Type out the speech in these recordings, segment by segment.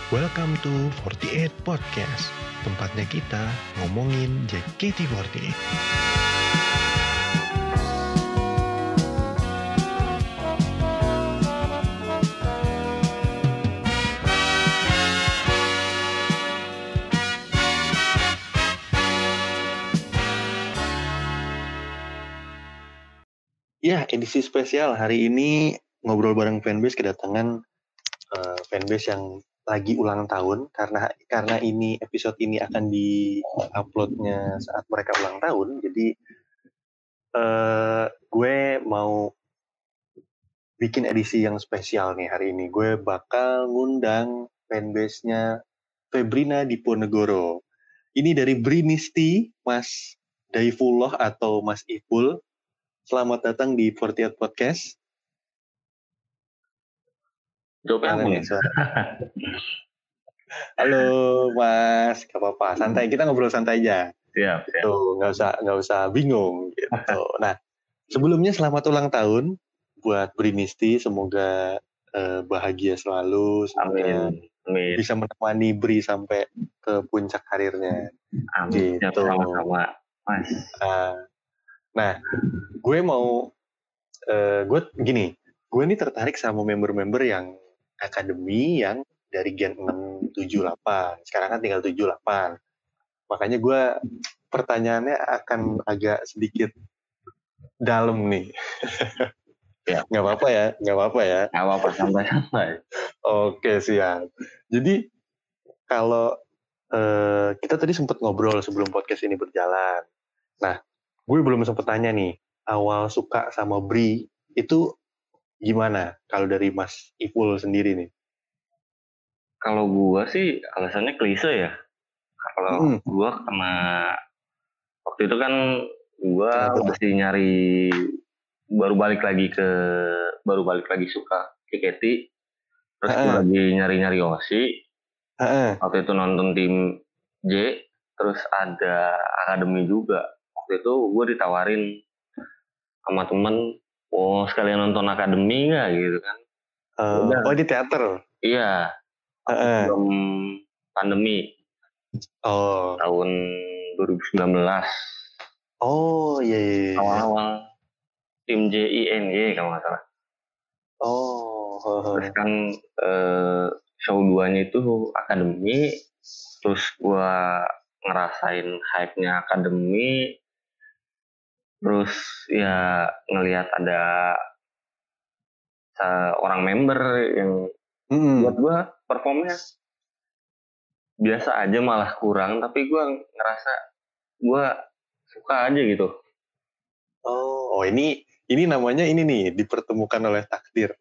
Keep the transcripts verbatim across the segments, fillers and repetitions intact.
Welcome to forty-eight Podcast, tempatnya kita ngomongin J K T empat puluh delapan. Ya, edisi spesial hari ini ngobrol bareng fanbase kedatangan uh, fanbase yang lagi ulang tahun karena karena ini episode ini akan di-uploadnya saat mereka ulang tahun. Jadi uh, gue mau bikin edisi yang spesial nih hari ini. Gue bakal ngundang fanbase-nya Febrina Diponegoro. Ini dari Brinisti, Mas Daifullah atau Mas Ipul. Selamat datang di forty-eight Podcast. Jawab nih suara. Halo Mas, gak apa-apa, santai, kita ngobrol santai aja. Siap, siap. Tuh, nggak usah nggak usah bingung gitu. Nah, sebelumnya selamat ulang tahun buat Brinisti, semoga eh, bahagia selalu, semoga Amin. Amin. bisa menemani Bri sampai ke puncak karirnya. Amin. Gitu. Sama-sama, Mas. Uh, nah, gue mau, uh, gue gini, gue ini tertarik sama member-member yang akademi yang dari gen enam, tujuh, delapan. Sekarang kan tinggal tujuh, delapan. Makanya gue pertanyaannya akan agak sedikit dalam nih. Ya. Nggak apa-apa ya, nggak apa-apa ya. Nggak apa-apa, santai-santai. Oke, siap. Jadi kalau uh, kita tadi sempat ngobrol sebelum podcast ini berjalan. Nah, gue belum sempat tanya nih, awal suka sama Bri itu gimana? Kalau dari Mas Ipul sendiri nih? Kalau gue sih alasannya klise ya. Kalau hmm. gue kena waktu itu kan gue masih nyari baru balik lagi ke baru balik lagi suka J K T. Terus gue lagi nyari-nyari O S I. Uh-uh. Waktu itu nonton tim J, terus ada akademi juga. Waktu itu gue ditawarin sama temen, oh sekalian nonton akademi nggak gitu kan? Uh, oh di teater? Iya. Uh-uh. Sebelum pandemi. Oh. Tahun dua ribu sembilan belas. Oh iya. iya. Awal-awal tim J I N G kalau nggak salah. Oh. Terus kan eh, show duanya itu akademi. Terus gue ngerasain hype-nya akademi. Terus ya ngelihat ada seorang member yang hmm. buat gue performnya biasa aja, malah kurang, tapi gue ngerasa gue suka aja gitu. Oh, oh ini ini namanya ini nih dipertemukan oleh takdir.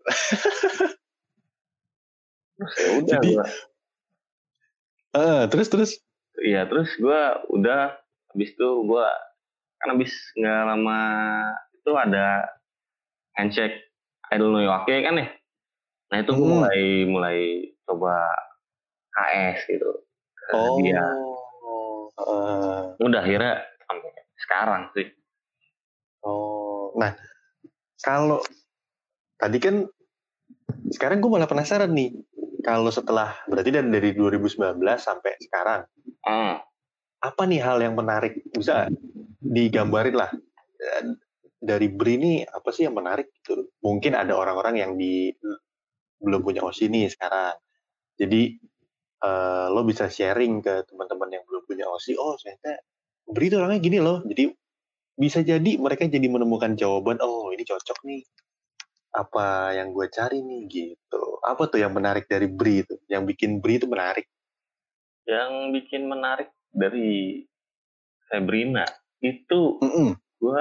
Terus ya udah. Jadi, gua, uh, terus terus. Iya terus gue udah habis itu gue kan habis nggak lama itu ada handshake Idol No Yoake kan ya. Nah itu gue hmm. mulai mulai coba H S gitu. Oh. Dia. Uh. Udah akhirnya sampai sekarang sih. Oh. Nah kalau tadi kan sekarang gue malah penasaran nih. Kalau setelah berarti dari dua ribu sembilan belas sampai sekarang. Hmm. Apa nih hal yang menarik? Bisa digambarin lah. Dari Bri ini apa sih yang menarik gitu? Mungkin ada orang-orang yang di belum punya O S I nih sekarang. Jadi uh, lo bisa sharing ke teman-teman yang belum punya O S I. Oh, ternyata Bri itu orangnya gini loh. Jadi bisa jadi mereka jadi menemukan jawaban. Oh, ini cocok nih. Apa yang gue cari nih gitu. Apa tuh yang menarik dari Bri itu? Yang bikin Bri itu menarik? Yang bikin menarik dari Febrina itu mm-mm. gue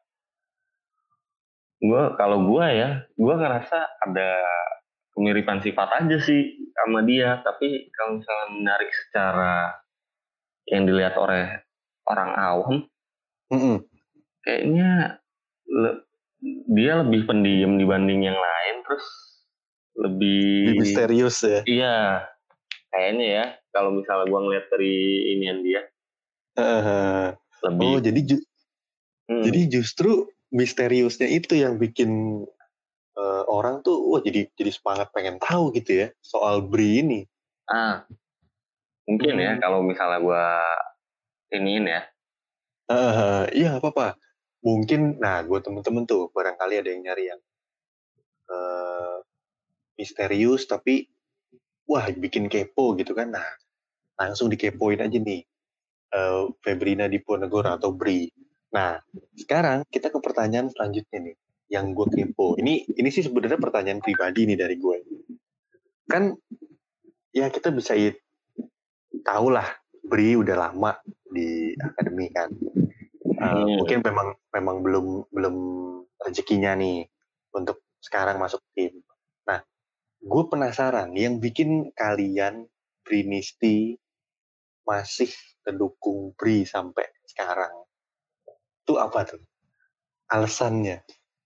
gue kalau gue ya gue ngerasa ada kemiripan sifat aja sih sama dia, tapi kalau misalnya menarik secara yang dilihat oleh orang awam, mm-mm. kayaknya le- dia lebih pendiam dibanding yang lain, terus lebih, lebih misterius ya. Iya kayaknya ya kalau misalnya gue ngeliat dari inian dia. Uh, lebih. Oh jadi ju- hmm. jadi justru misteriusnya itu yang bikin uh, orang tuh wah jadi jadi semangat pengen tahu gitu ya soal Bri ini. Ah, mungkin hmm. ya kalau misalnya gue iniin ya. Uh, iya apa-apa. Mungkin, nah gue temen-temen tuh barangkali ada yang nyari yang uh, misterius tapi wah bikin kepo gitu kan. Nah langsung dikepoin aja nih uh, Febrina Diponegoro atau Bri. Nah sekarang kita ke pertanyaan selanjutnya nih yang gue kepo. Ini ini sih sebenarnya pertanyaan pribadi nih dari gue. Kan ya kita bisa tahu lah Bri udah lama di akademi kan. Uh, hmm. Mungkin memang memang belum belum rezekinya nih untuk sekarang masuk tim. Nah, gue penasaran yang bikin kalian Brinisti masih mendukung Bri sampai sekarang. Itu apa tuh? Alasannya?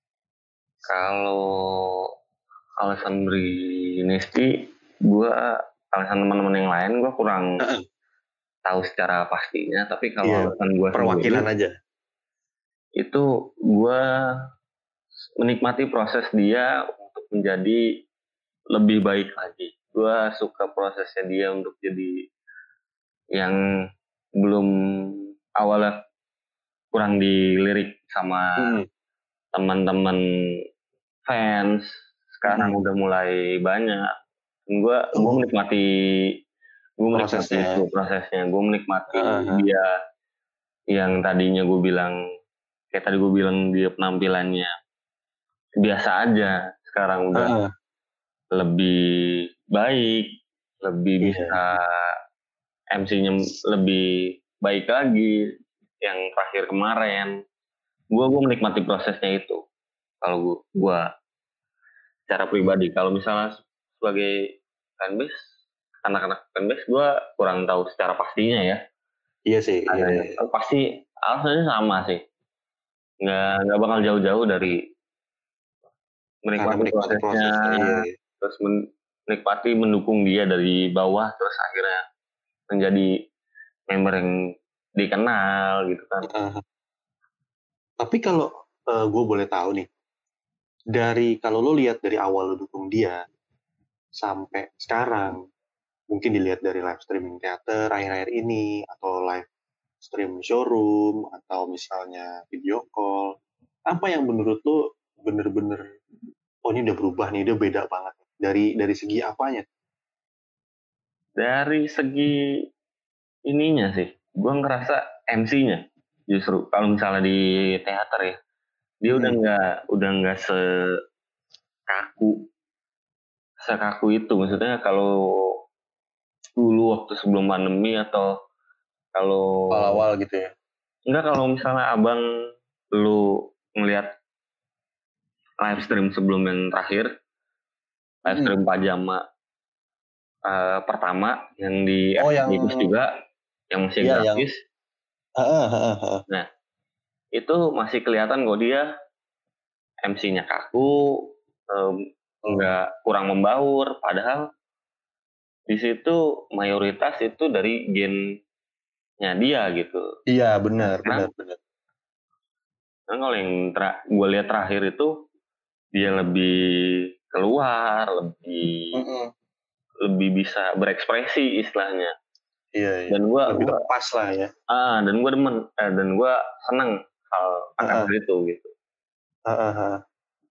Kalau alasan Brinisti, gue alasan teman-teman yang lain gue kurang uh-uh. tahu secara pastinya. Tapi kalau yeah, alasan gue perwakilan sendiri, aja. Itu gue menikmati proses dia untuk menjadi lebih baik lagi. Gue suka prosesnya dia untuk jadi yang belum awalnya kurang dilirik sama hmm. teman-teman fans, sekarang hmm. udah mulai banyak. Gue oh. gue menikmati gue menikmati itu prosesnya. Gue menikmati uh-huh. dia yang tadinya gue bilang kayak tadi gue bilang dia penampilannya biasa aja, sekarang udah uh-uh. lebih baik, lebih yeah. bisa M C-nya lebih baik lagi. Yang terakhir kemarin, gue gue menikmati prosesnya itu. Kalau gue, gue secara pribadi, kalau misalnya sebagai fanbase, anak-anak fanbase, gue kurang tahu secara pastinya ya. Iya sih. Iya, iya. Pasti alasannya sama sih. Nggak nggak bakal jauh-jauh dari menikmati, menikmati prosesnya, prosesnya iya. Terus menikmati mendukung dia dari bawah, terus akhirnya menjadi member yang dikenal gitu kan. Uh, tapi kalau uh, gue boleh tahu nih, dari kalau lo lihat dari awal lo dukung dia sampai sekarang, mungkin dilihat dari live streaming teater akhir-akhir ini atau live stream showroom atau misalnya video call, apa yang menurut lo bener-bener oh ini udah berubah nih, udah beda banget dari dari segi apanya? Dari segi ininya sih, gue ngerasa M C-nya justru kalau misalnya di teater ya, dia hmm. udah nggak udah nggak sekaku sekaku itu. Maksudnya kalau dulu waktu sebelum pandemi atau kalau awal-awal gitu ya? Enggak, kalau misalnya abang lu ngelihat live stream sebelum yang terakhir, live stream hmm. Pajama uh, pertama yang di oh, yang juga yang masih iya, gratis. Yang... Uh, uh, uh, uh. Nah, itu masih kelihatan kok dia M C-nya kaku, um, enggak oh. kurang membaur, padahal di situ mayoritas itu dari gennya dia gitu. Iya, benar, nah, benar, benar. Nah, kalau yang ter- gue lihat terakhir itu dia lebih keluar, lebih mm-hmm. lebih bisa berekspresi istilahnya. Iya, iya. Dan gua lebih gua, lepas lah ya. Ah, dan gue demen, eh, dan gue seneng hal akan uh-huh. itu gitu. Uh-huh.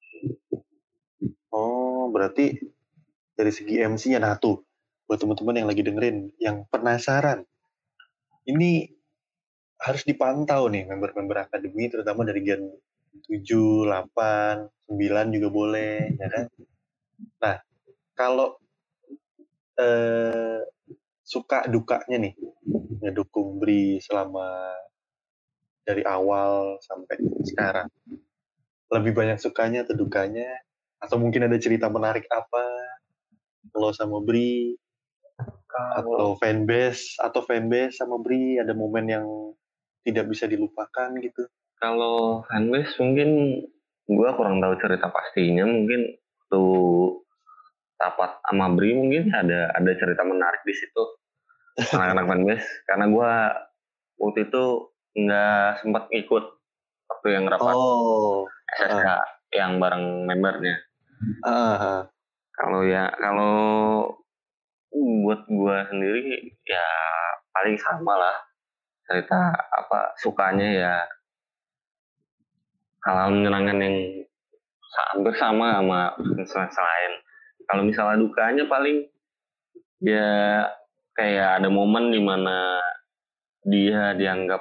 Oh, berarti dari segi M C-nya, nah tuh buat teman-teman yang lagi dengerin, yang penasaran, ini harus dipantau nih member-member akademi, terutama dari gen tujuh, delapan, sembilan juga boleh, ya kan? Nah, kalau eh, suka dukanya nih, ngedukung Bri selama dari awal sampai sekarang, lebih banyak sukanya atau dukanya? Atau mungkin ada cerita menarik apa kalau sama Bri? Atau fanbase atau fanbase sama Bri ada momen yang tidak bisa dilupakan gitu? Kalau fanbase mungkin gue kurang tahu cerita pastinya. Mungkin tuh rapat sama Bri mungkin ada ada cerita menarik di situ anak-anak fanbase, karena gue waktu itu nggak sempat ikut waktu yang rapat oh, S S K uh. yang bareng membernya. Uh-huh. Kalau ya kalau Buat gue sendiri ya paling sama lah, cerita apa sukanya ya hal-hal menyenangkan yang hampir sama sama selain. Kalau misalnya dukanya paling ya kayak ada momen dimana dia dianggap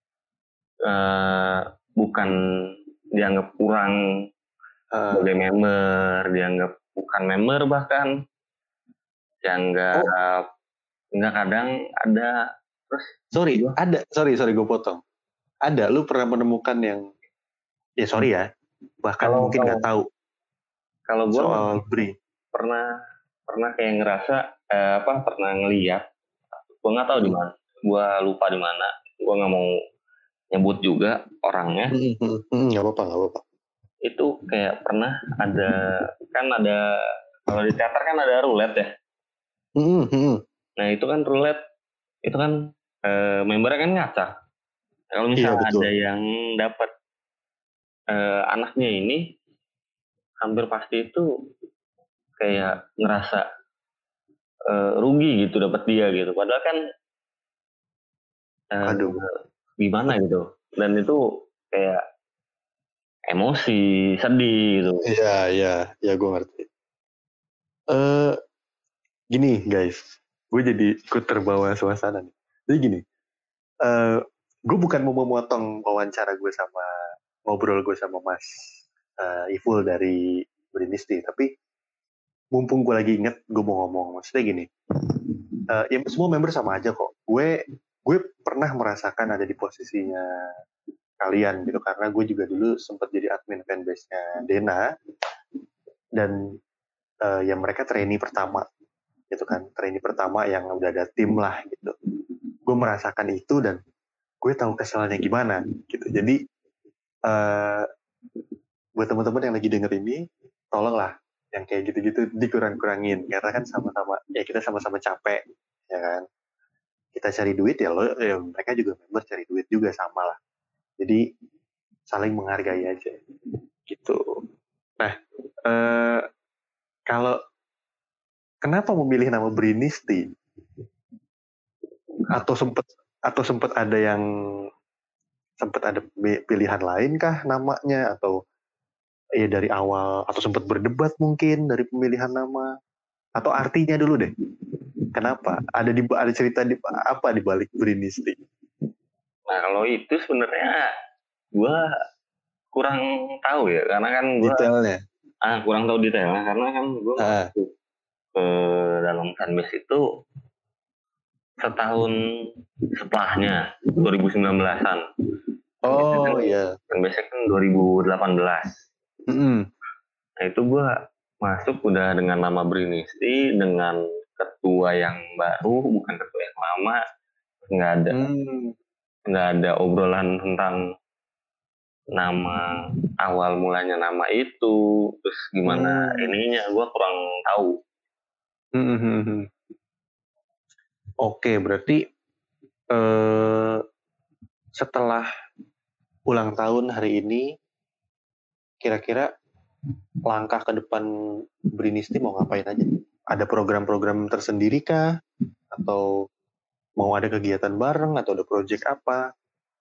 uh, bukan dianggap kurang uh. sebagai member, dianggap bukan member bahkan, dianggap oh. Enggak, kadang ada terus sorry gua, ada sorry sorry gue potong, ada lu pernah menemukan yang ya sorry ya bahkan kalau, mungkin nggak tahu kalau gue soal Bri pernah pernah kayak ngerasa eh, apa pernah ngeliat, gue nggak tahu hmm. di mana, gue lupa di mana, gue nggak mau nyebut juga orangnya. Nggak hmm, hmm, hmm, apa-apa nggak apa-apa. Itu kayak pernah ada kan ada kalau di teater kan ada roulette ya. Hmm, hmm. Nah itu kan roulette itu kan eh, membernya kan ngacak. Kalau misalnya iya, ada yang dapat eh, anaknya ini, hampir pasti itu kayak ngerasa uh, rugi gitu dapat dia gitu. Padahal kan uh, aduh gimana gitu. Dan itu kayak emosi, sedih gitu. Iya, iya, ya gue ngerti. Uh, gini guys, gue jadi ikut terbawa suasana nih. Jadi gini, uh, gue bukan mau memotong wawancara gue sama ngobrol gue sama Mas uh, Iful dari Brinisti, tapi mumpung gue lagi inget, gue mau ngomong, maksudnya gini, uh, ya semua member sama aja kok. Gue gue pernah merasakan ada di posisinya kalian gitu, karena gue juga dulu sempat jadi admin fanbase-nya Dena, dan uh, ya mereka trainee pertama, gitu kan, trainee pertama yang udah ada tim lah gitu. Gue merasakan itu dan gue tahu kesalnya gimana gitu. Jadi uh, buat teman-teman yang lagi denger ini, tolonglah yang kayak gitu-gitu dikurang-kurangin, karena kan sama-sama ya kita sama-sama capek ya kan, kita cari duit ya lo ya mereka juga member cari duit juga sama lah, jadi saling menghargai aja gitu. Nah eh, kalau kenapa memilih nama Brinisti, atau sempat atau sempat ada yang sempat ada pilihan lain kah namanya, atau ya dari awal, atau sempat berdebat mungkin dari pemilihan nama, atau artinya dulu deh, kenapa ada di ada cerita di apa di balik Brinisti? Nah kalau itu sebenarnya gue kurang tahu ya, karena kan gue detailnya ah kurang tahu detailnya karena kan gue ah. masuk ke dalam fanbase itu setahun setelahnya, dua ribu sembilan belasan. Oh iya. Kan biasanya kan dua ribu delapan belas. Mm-hmm. Nah itu gue masuk udah dengan nama Brinisti, dengan ketua yang baru, bukan ketua yang lama. Nggak ada, hmm. nggak ada obrolan tentang nama awal mulanya nama itu, terus gimana hmm. ininya, gue kurang tahu. Mm-hmm. Oke, berarti eh, setelah ulang tahun hari ini, kira-kira langkah ke depan Brinisti mau ngapain aja? Ada program-program tersendiri kah? Atau mau ada kegiatan bareng? Atau ada project apa?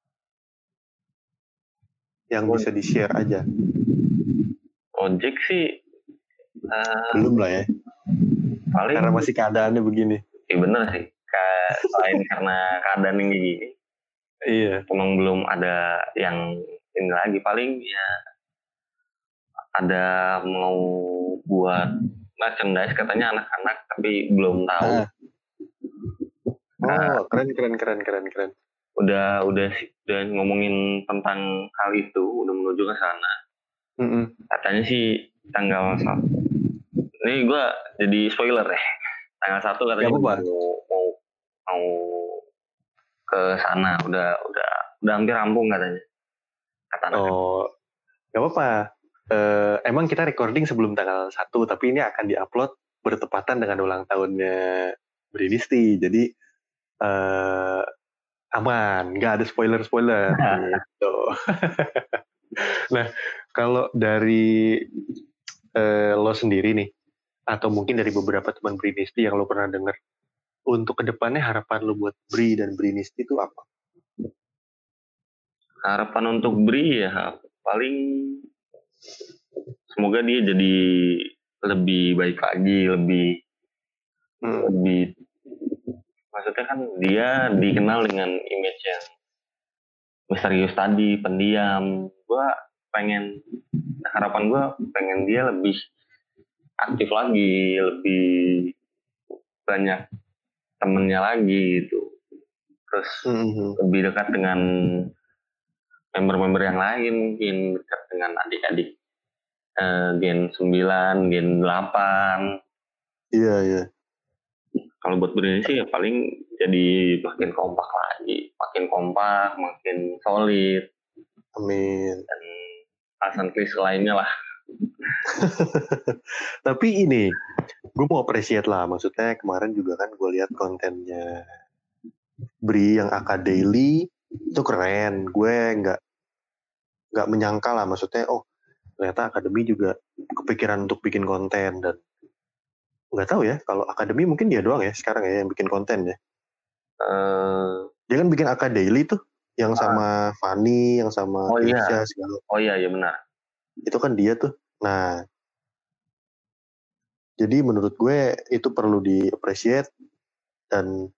Yang bisa di-share aja? Project sih uh, belum lah ya. Paling, karena masih keadaannya begini. Iya bener sih. Selain karena keadaan yang gini. Iya. Emang belum ada yang ini lagi. Paling ya ada mau buat merchandise katanya anak-anak, tapi belum tahu. Ah. Oh, nah, keren keren keren keren keren. Udah udah udah ngomongin tentang hal itu, udah menuju ke sana. Mm-hmm. Katanya sih tanggal satu. Ini gue jadi spoiler ya. Tanggal satu katanya mau, mau mau ke sana, udah udah udah hampir rampung katanya. Kata anak. Oh, nggak apa-apa. Uh, emang kita recording sebelum tanggal satu, tapi ini akan diupload bertepatan dengan ulang tahunnya Brinisti. Jadi uh, aman, nggak ada spoiler-spoiler gitu. Nah, kalau dari uh, lo sendiri nih, atau mungkin dari beberapa teman Brinisti yang lo pernah dengar, untuk kedepannya harapan lo buat Bri dan Brinisti itu apa? Harapan untuk Bri ya paling semoga dia jadi lebih baik lagi, lebih hmm. lebih maksudnya kan dia dikenal dengan image yang misterius tadi, pendiam. Gue pengen, harapan gue pengen dia lebih aktif lagi, lebih banyak temennya lagi gitu. Terus mm-hmm. lebih dekat dengan member-member yang lain, mungkin dekat dengan adik-adik eh, Gen sembilan, Gen delapan. Iya, iya. Kalau buat Bri sih ya paling jadi makin kompak lagi, makin kompak, makin solid. Amin. Dan alasan klise lainnya lah. Tapi ini, gue mau appreciate lah. Maksudnya kemarin juga kan gue lihat kontennya Bri yang Aka Daily itu keren. Gue nggak nggak menyangka lah. Maksudnya oh ternyata akademi juga kepikiran untuk bikin konten, dan nggak tahu ya kalau akademi mungkin dia doang ya sekarang ya yang bikin konten ya. Uh, dia kan bikin Aka Daily tuh yang uh, sama Fanny, yang sama oh Keisha iya. segala. Oh iya, iya benar. Itu kan dia tuh. Nah, jadi menurut gue itu perlu di-appreciate dan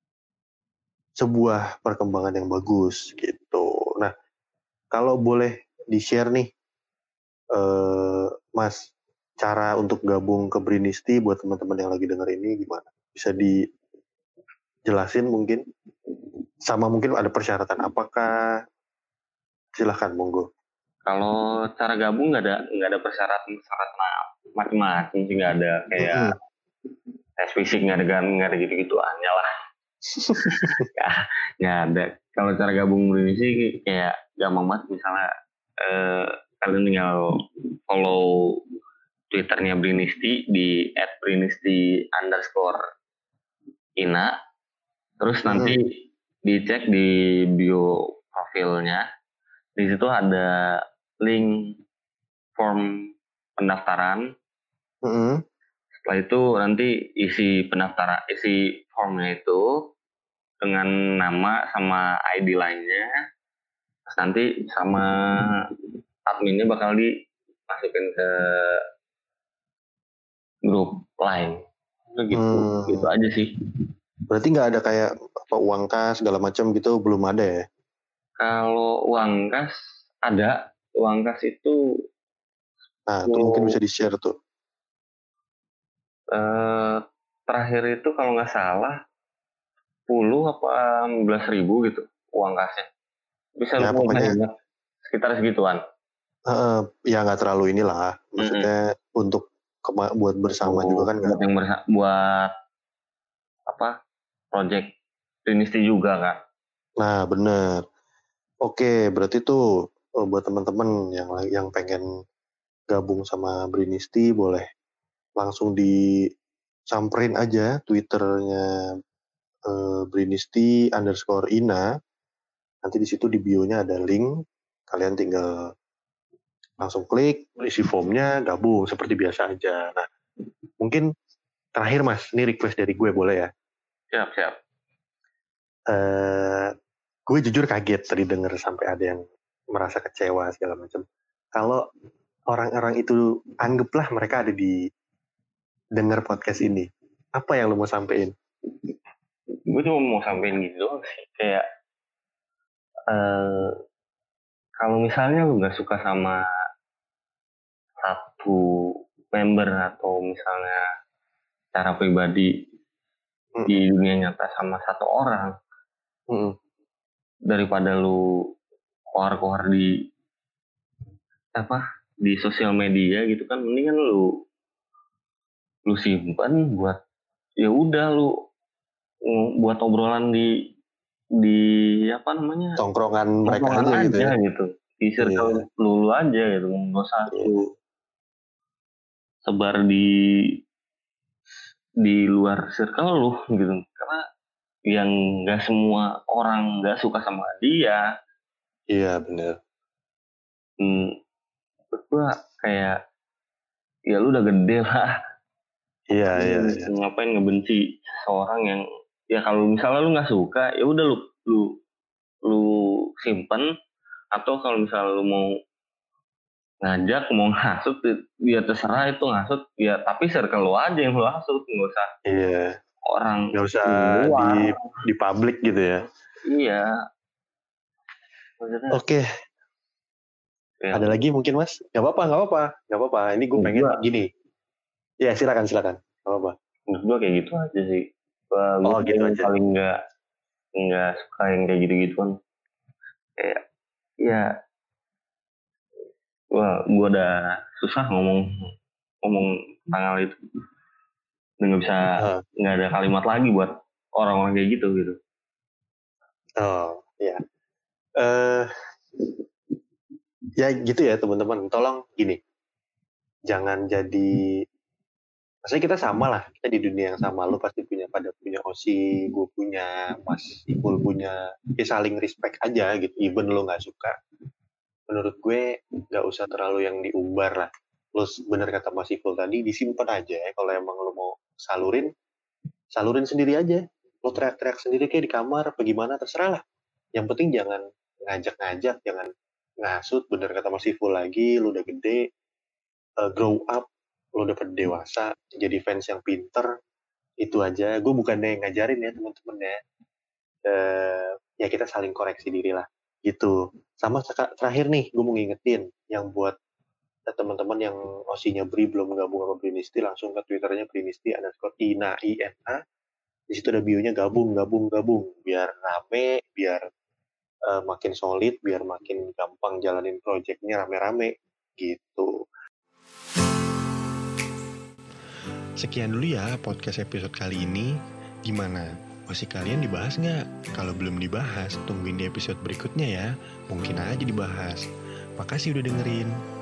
sebuah perkembangan yang bagus gitu. Nah, kalau boleh di-share nih, eh, Mas, cara untuk gabung ke Brinisti buat teman-teman yang lagi denger ini gimana? Bisa dijelasin mungkin? Sama mungkin ada persyaratan apakah? Silahkan, monggo. Kalau cara gabung nggak ada nggak ada persyaratan persyaratan macam-macam sih, nggak ada kayak mm-hmm. tes fisik, nggak ada nggak ada gitu-gituannya lah. Nggak ada. Kalau cara gabung ini sih kayak gampang banget. Misalnya eh, kalian tinggal follow Twitternya Brinisti di at brinisti underscore ina. Terus nanti mm-hmm. dicek di bio profilnya. Di situ ada link form pendaftaran. Mm-hmm. Setelah itu nanti isi pendaftaran, isi formnya itu dengan nama sama I D lainnya. Terus nanti sama adminnya bakal dimasukin ke grup lain. Gitu, hmm. gitu aja sih. Berarti nggak ada kayak apa uang kas segala macam gitu, belum ada ya? Kalau uang kas ada, uang kas itu. Nah, itu mungkin bisa di-share tuh. Uh, terakhir itu kalau nggak salah sepuluh apa enam belas ribu gitu uang kasnya. Bisa ya, pokoknya ingat, sekitar segituan. Uh, ya nggak terlalu inilah, maksudnya mm-hmm. untuk kema- buat bersama oh, juga kan nggak. Buat yang bersa- buat apa? Project Brinisti juga kan. Nah bener. Oke, berarti tuh buat teman-teman yang yang pengen gabung sama Brinisti boleh langsung disamperin aja Twitternya eh, Brinisti underscore ina. Nanti di situ di bio-nya ada link, kalian tinggal langsung klik, isi formnya, gabung seperti biasa aja. Nah, mungkin terakhir Mas, ini request dari gue boleh ya? Siap, siap. Uh, gue jujur kaget tadi denger sampai ada yang merasa kecewa segala macam. Kalau orang-orang itu anggaplah mereka ada di denger podcast ini, apa yang lo mau sampein? Gue cuma mau sampein gitu doang sih, kayak uh, kalau misalnya lo nggak suka sama satu member atau misalnya cara pribadi hmm. di dunia nyata sama satu orang, hmm. daripada lu keluar-keluar di apa di sosial media gitu kan, mendingan lu lu simpan buat ya udah lu buat obrolan di di apa namanya tongkrongan mereka aja, aja gitu, ya? gitu di circle yeah. lu, lu aja gitu, nggak usah yeah. lu sebar di di luar circle lu gitu, karena yang nggak semua orang nggak suka sama dia. Iya benar. Hmm, gua kayak ya lu udah gede lah, Iya, iya, iya. Ngapain ngebenci seseorang yang ya kalau misalnya lu nggak suka ya udah lu lu lu simpen, atau kalau misalnya lu mau ngajak mau ngasut dia terserah itu ngasut ya, tapi circle lu aja yang lu hasut, nggak usah iya orang nggak usah luar. di di publik gitu ya. Iya. Oke. Okay. Ya. Ada lagi mungkin Mas? Gak apa-apa, gak apa-apa, gak apa-apa. Ini gue pengen gua, gini. Ya silakan, silakan. Gak apa-apa. Menurut gue kayak gitu aja sih. Gue oh, gitu aja. paling nggak nggak suka yang kayak gitu-gituan. Kayak ya, gue gue udah susah ngomong ngomong tentang hal itu. Udah nggak bisa, nggak uh. ada kalimat lagi buat orang-orang kayak gitu gitu. Oh ya. Eh. Uh, Ya gitu ya teman-teman, tolong gini, jangan jadi, maksudnya kita sama lah, kita di dunia yang sama, lo pasti punya, pada punya Osi, gue punya, Mas Ipul punya, ya saling respect aja gitu, even lo nggak suka. Menurut gue nggak usah terlalu yang diumbar lah, lo bener kata Mas Ipul tadi, disimpan aja ya, kalau emang lo mau salurin, salurin sendiri aja, lo teriak-teriak sendiri kayak di kamar, apa gimana terserah lah, yang penting jangan ngajak-ngajak, jangan ngasut, bener kata Mas Iful lagi, lu udah gede, uh, grow up, lu udah dewasa, jadi fans yang pinter, itu aja. Gue bukannya ngajarin ya teman-teman ya, uh, ya kita saling koreksi diri lah, gitu. Sama terakhir nih, gue mau ngingetin, yang buat teman-teman yang osinya Bri belum gabung sama Brinisti, langsung ke Twitternya Brinisti underscore Ina I N A, di situ ada bio-nya gabung, gabung, gabung, biar rame, biar Uh, makin solid, biar makin gampang jalanin projectnya rame-rame gitu. Sekian dulu ya podcast episode kali ini. Gimana? Osi kalian dibahas nggak? Kalau belum dibahas, tungguin di episode berikutnya ya. Mungkin aja dibahas. Makasih udah dengerin.